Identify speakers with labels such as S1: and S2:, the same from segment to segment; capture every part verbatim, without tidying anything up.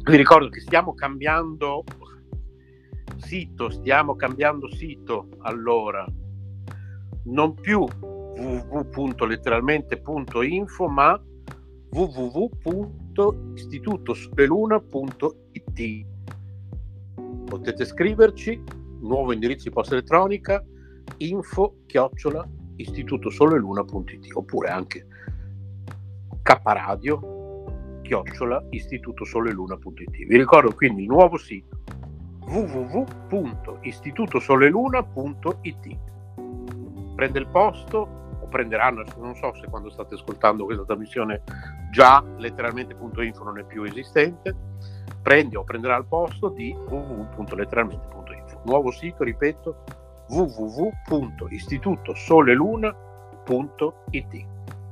S1: Vi ricordo che stiamo cambiando sito, stiamo cambiando sito, allora non più w w w punto letteralmente punto info, ma w w w punto istituto sole luna punto i t. Potete scriverci, nuovo indirizzo di posta elettronica, info chiocciola istituto sole luna punto i t, oppure anche kradio chiocciola istituto sole luna punto i t. Vi ricordo quindi il nuovo sito w w w punto istituto sole luna punto i t. Prende il posto, o prenderanno, non so se quando state ascoltando questa trasmissione già letteralmente punto info non è più esistente, prende o prenderà il posto di w w w punto letteralmente punto info. Nuovo sito, ripeto, w w w punto istituto sole luna punto i t.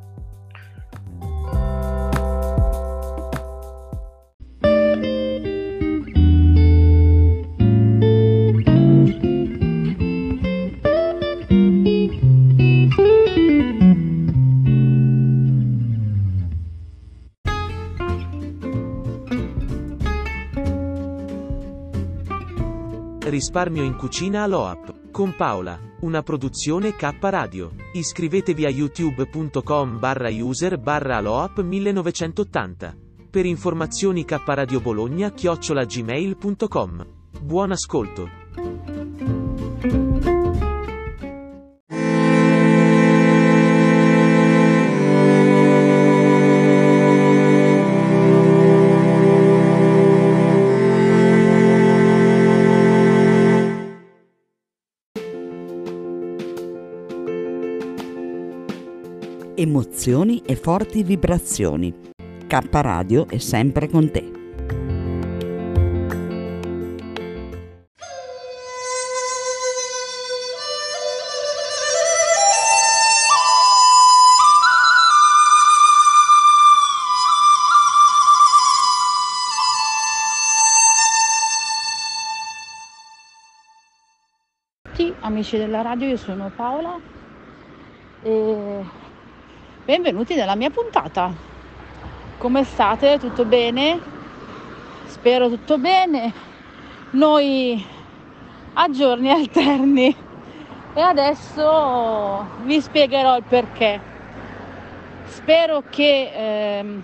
S2: Risparmio in cucina all'O A P con Paola, una produzione K Radio. Iscrivetevi a youtube punto com barra user barra aloap millenovecentottanta. Per informazioni K Radio Bologna chiocciola gmail punto com. Buon ascolto.
S3: Emozioni e forti vibrazioni. K Radio è sempre con te.
S4: Amici della radio, io sono Paola e benvenuti nella mia puntata. Come state? Tutto bene? Spero tutto bene. Noi a giorni alterni e adesso vi spiegherò il perché. Spero che ehm,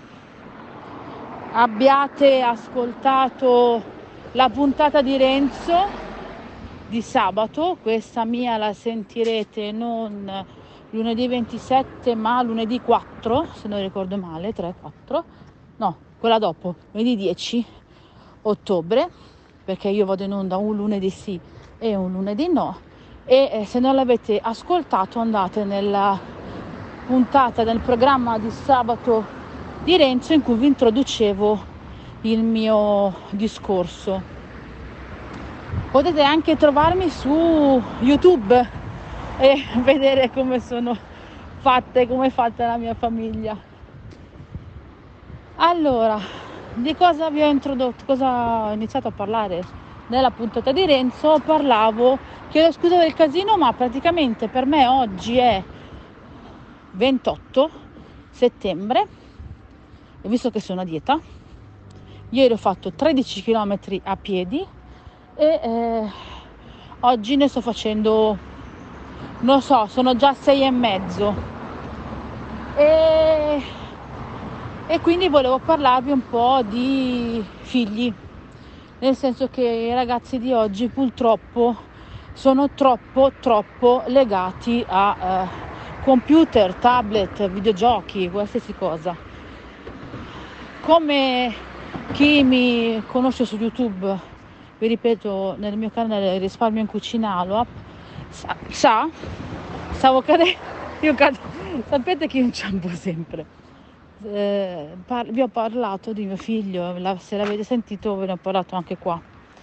S4: abbiate ascoltato la puntata di Renzo di sabato. Questa mia la sentirete non lunedì ventisette ma lunedì quattro, se non ricordo male, tre quattro, no, quella dopo, lunedì dieci ottobre, perché io vado in onda un lunedì sì e un lunedì no, e eh, se non l'avete ascoltato andate nella puntata del programma di sabato di Renzo in cui vi introducevo il mio discorso. Potete anche trovarmi su YouTube e vedere come sono fatte, come è fatta la mia famiglia. Allora, di cosa vi ho introdotto, cosa ho iniziato a parlare nella puntata di Renzo? Parlavo, chiedo scusa del casino, ma praticamente per me oggi è ventotto settembre e visto che sono a dieta, ieri ho fatto tredici chilometri a piedi e eh, oggi ne sto facendo, non so, sono già sei e mezzo e, e quindi volevo parlarvi un po' di figli, nel senso che i ragazzi di oggi purtroppo sono troppo troppo legati a eh, computer, tablet, videogiochi, qualsiasi cosa. Come chi mi conosce su YouTube, vi ripeto, nel mio canale Risparmio in cucina Aloap, sa, sa stavo cadendo, io cado, sapete che io inciampo sempre. Eh, par- vi ho parlato di mio figlio, la, se l'avete sentito ve ne ho parlato anche qua.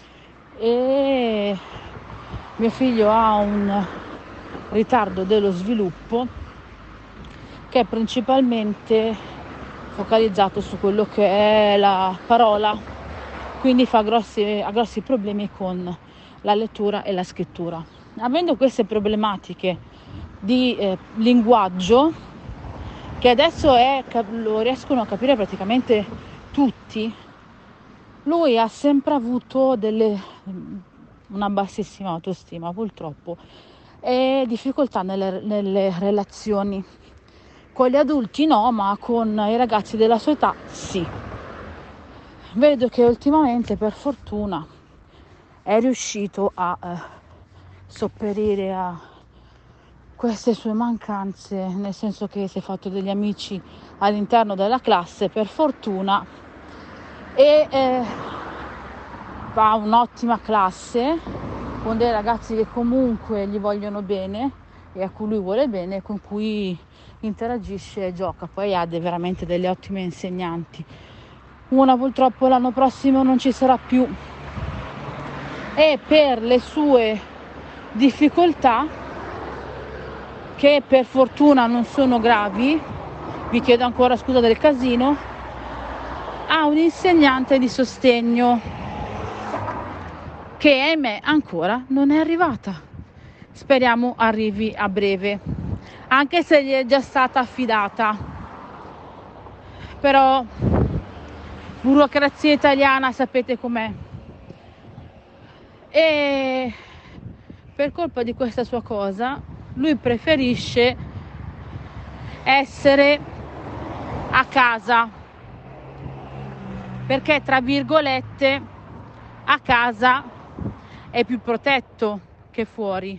S4: E mio figlio ha un ritardo dello sviluppo che è principalmente focalizzato su quello che è la parola, quindi fa grossi, ha grossi problemi con la lettura e la scrittura. Avendo queste problematiche di eh, linguaggio, che adesso è, lo riescono a capire praticamente tutti, lui ha sempre avuto delle, una bassissima autostima purtroppo e difficoltà nelle, nelle relazioni. Con gli adulti no, ma con i ragazzi della sua età sì. Vedo che ultimamente, per fortuna, è riuscito a eh, sopperire a queste sue mancanze, nel senso che si è fatto degli amici all'interno della classe, per fortuna, e eh, va un'ottima classe con dei ragazzi che comunque gli vogliono bene e a cui lui vuole bene, con cui interagisce e gioca. Poi ha de, veramente delle ottime insegnanti. Una purtroppo l'anno prossimo non ci sarà più e per le sue difficoltà, che per fortuna non sono gravi, vi chiedo ancora scusa del casino, ha un insegnante di sostegno che ahimè ancora non è arrivata. Speriamo arrivi a breve, anche se gli è già stata affidata. Però burocrazia italiana sapete com'è. E per colpa di questa sua cosa lui preferisce essere a casa, perché tra virgolette a casa è più protetto che fuori,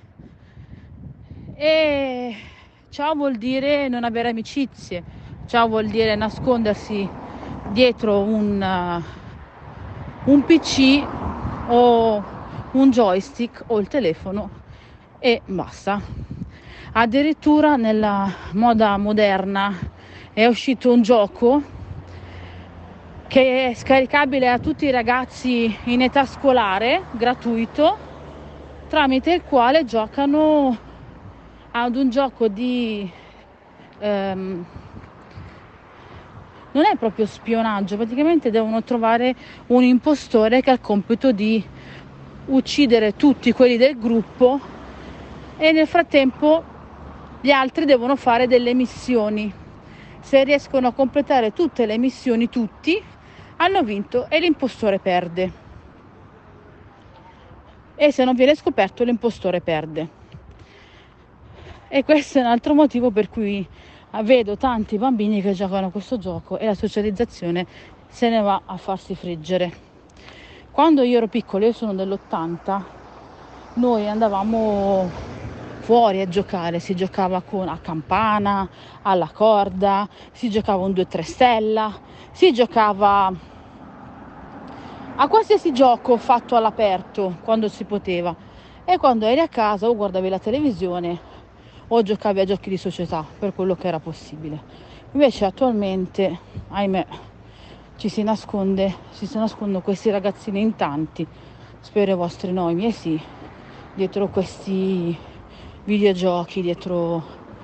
S4: e ciò vuol dire non avere amicizie, ciò vuol dire nascondersi dietro un, uh, un P C o un joystick o il telefono e basta. Addirittura nella moda moderna è uscito un gioco che è scaricabile a tutti i ragazzi in età scolare, gratuito, tramite il quale giocano ad un gioco di ehm, non è proprio spionaggio, praticamente devono trovare un impostore che ha il compito di uccidere tutti quelli del gruppo e nel frattempo gli altri devono fare delle missioni. Se riescono a completare tutte le missioni, tutti hanno vinto e l'impostore perde, e se non viene scoperto l'impostore perde. E questo è un altro motivo per cui vedo tanti bambini che giocano a questo gioco e la socializzazione se ne va a farsi friggere. Quando io ero piccola, io sono dell'ottanta, noi andavamo fuori a giocare, si giocava con a campana, alla corda, si giocava un due tre stella, si giocava a qualsiasi gioco fatto all'aperto quando si poteva, e quando eri a casa o guardavi la televisione o giocavi a giochi di società per quello che era possibile. Invece attualmente, ahimè, ci si nasconde, ci si nascondono questi ragazzini in tanti, spero i vostri no, i miei sì, dietro questi videogiochi, dietro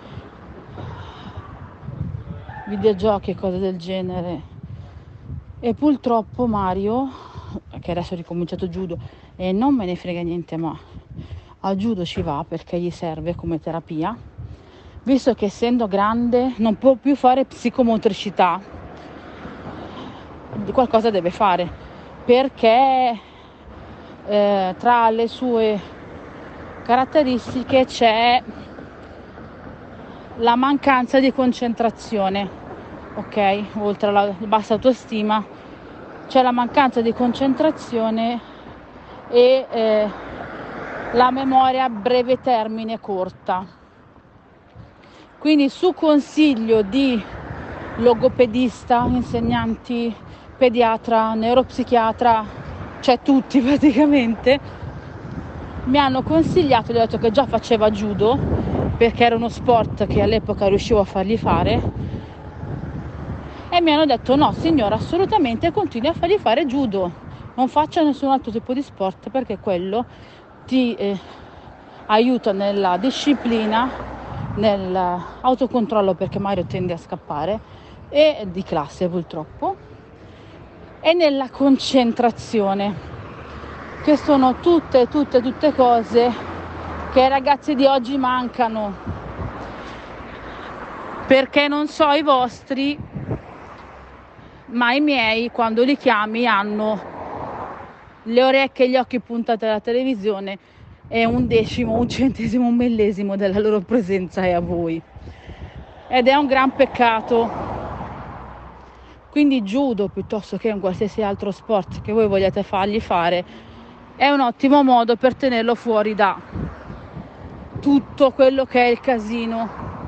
S4: videogiochi e cose del genere. E purtroppo Mario, che adesso ha ricominciato judo e non me ne frega niente, ma al judo ci va perché gli serve come terapia, visto che essendo grande non può più fare psicomotricità, qualcosa deve fare, perché eh, tra le sue caratteristiche c'è la mancanza di concentrazione, ok? Oltre alla bassa autostima c'è la mancanza di concentrazione e eh, la memoria a breve termine corta. Quindi su consiglio di logopedista, insegnanti, pediatra, neuropsichiatra, cioè tutti praticamente, mi hanno consigliato, gli ho detto che già faceva judo perché era uno sport che all'epoca riuscivo a fargli fare, e mi hanno detto no signora, assolutamente continui a fargli fare judo, non faccia nessun altro tipo di sport perché quello ti eh, aiuta nella disciplina, nell'autocontrollo, perché Mario tende a scappare, e di classe purtroppo, e nella concentrazione, che sono tutte tutte tutte cose che ai ragazzi di oggi mancano, perché non so i vostri, ma i miei quando li chiami hanno le orecchie e gli occhi puntati alla televisione e un decimo, un centesimo, un millesimo della loro presenza è a voi. Ed è un gran peccato. Quindi judo, piuttosto che un qualsiasi altro sport che voi vogliate fargli fare, è un ottimo modo per tenerlo fuori da tutto quello che è il casino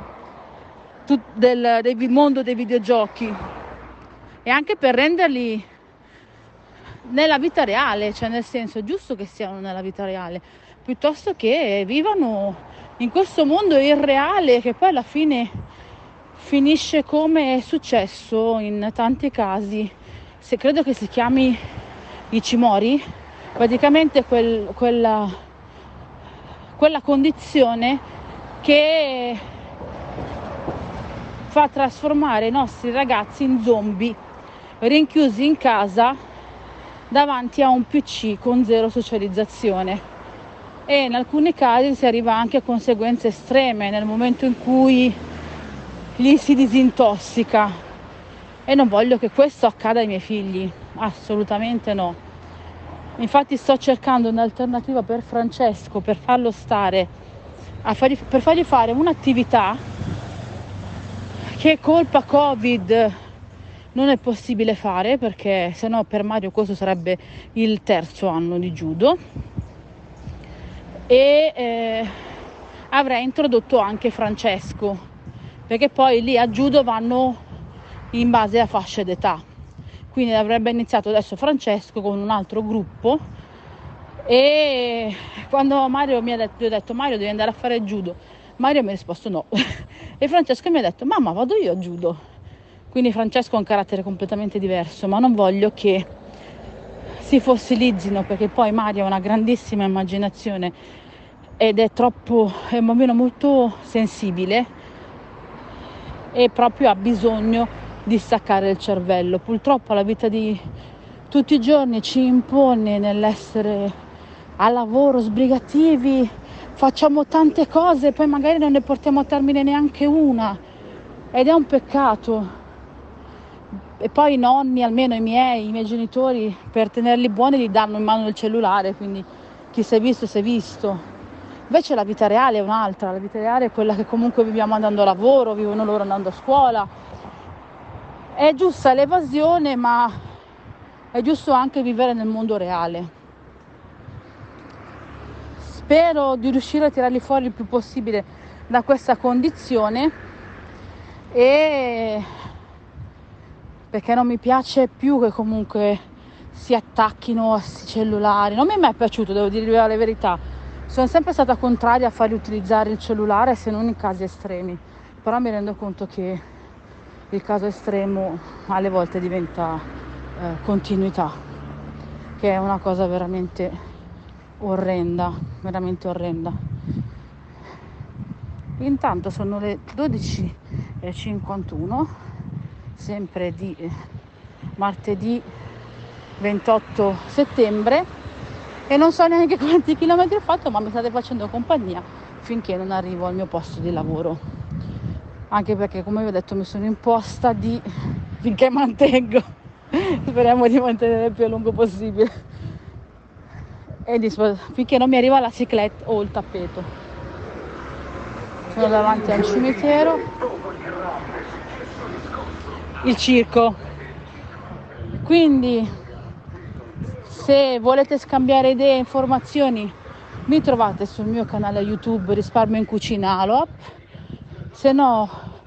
S4: del, del mondo dei videogiochi, e anche per renderli nella vita reale, cioè nel senso è giusto che siano nella vita reale, piuttosto che vivano in questo mondo irreale che poi alla fine finisce come è successo in tanti casi, se credo che si chiami Ichimori, praticamente quel, quella, quella condizione che fa trasformare i nostri ragazzi in zombie rinchiusi in casa davanti a un P C con zero socializzazione, e in alcuni casi si arriva anche a conseguenze estreme nel momento in cui gli si disintossica, e non voglio che questo accada ai miei figli, assolutamente no. Infatti sto cercando un'alternativa per Francesco, per farlo stare a fargli, per fargli fare un'attività che colpa Covid non è possibile fare, perché sennò per Mario questo sarebbe il terzo anno di judo, e eh, avrei introdotto anche Francesco, perché poi lì a judo vanno in base a fasce d'età, quindi avrebbe iniziato adesso Francesco con un altro gruppo, e quando Mario mi ha detto, io ho detto Mario devi andare a fare judo, Mario mi ha risposto no e Francesco mi ha detto mamma vado io a judo. Quindi Francesco ha un carattere completamente diverso, ma non voglio che si fossilizzino, perché poi Mario ha una grandissima immaginazione ed è troppo, è un bambino molto sensibile e proprio ha bisogno di staccare il cervello. Purtroppo la vita di tutti i giorni ci impone nell'essere a lavoro sbrigativi, facciamo tante cose, poi magari non ne portiamo a termine neanche una, ed è un peccato. E poi i nonni, almeno i miei, i miei genitori, per tenerli buoni gli danno in mano il cellulare, quindi chi si è visto si è visto. Invece la vita reale è un'altra, la vita reale è quella che comunque viviamo andando a lavoro, vivono loro andando a scuola. È giusta l'evasione, ma è giusto anche vivere nel mondo reale. Spero di riuscire a tirarli fuori il più possibile da questa condizione, e perché non mi piace più che comunque si attacchino a questi cellulari. Non mi è mai piaciuto, devo dirvi la verità. Sono sempre stata contraria a fargli utilizzare il cellulare se non in casi estremi, però mi rendo conto che il caso estremo alle volte diventa eh, continuità, che è una cosa veramente orrenda, veramente orrenda. Intanto sono le dodici e cinquantuno, sempre di martedì ventotto settembre, e non so neanche quanti chilometri ho fatto, ma mi state facendo compagnia finché non arrivo al mio posto di lavoro, anche perché, come vi ho detto, mi sono imposta di finché mantengo speriamo di mantenere il più a lungo possibile, e di, finché non mi arriva la ciclette o il tappeto. Sono davanti al cimitero, il circo. Quindi se volete scambiare idee e informazioni mi trovate sul mio canale YouTube Risparmio in Cucina Aloap, se no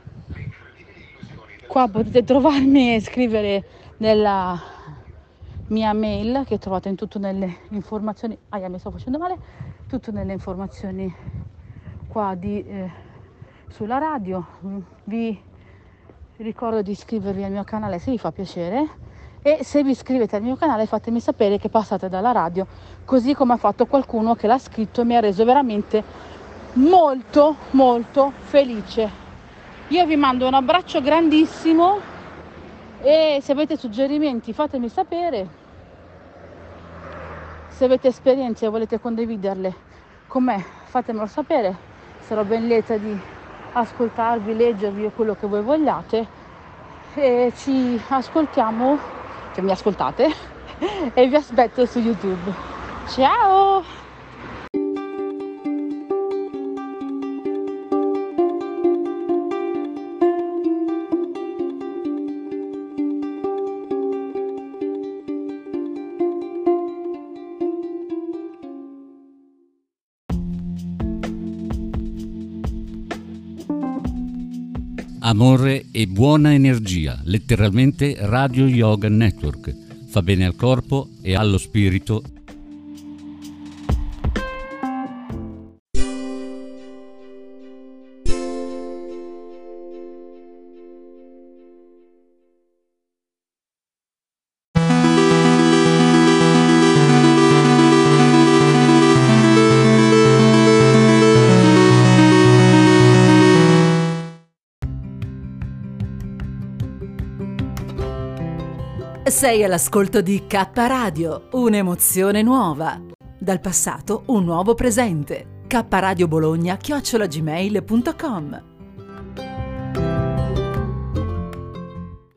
S4: qua potete trovarmi e scrivere nella mia mail che trovate in tutto nelle informazioni. Aia, mi sto facendo male, tutto nelle informazioni qua di eh, sulla radio. Vi ricordo di iscrivervi al mio canale se vi fa piacere, e se vi iscrivete al mio canale fatemi sapere che passate dalla radio, così come ha fatto qualcuno che l'ha scritto e mi ha reso veramente molto molto felice. Io vi mando un abbraccio grandissimo, e se avete suggerimenti fatemi sapere, se avete esperienze e volete condividerle con me fatemelo sapere, sarò ben lieta di ascoltarvi, leggervi o quello che voi vogliate, e ci ascoltiamo, cioè mi ascoltate e vi aspetto su YouTube. Ciao!
S5: Amore e buona energia, letteralmente Radio Yoga Network. Fa bene al corpo e allo spirito.
S6: Sei all'ascolto di K Radio, un'emozione nuova. Dal passato un nuovo presente. K Radio Bologna chiocciola gmail punto com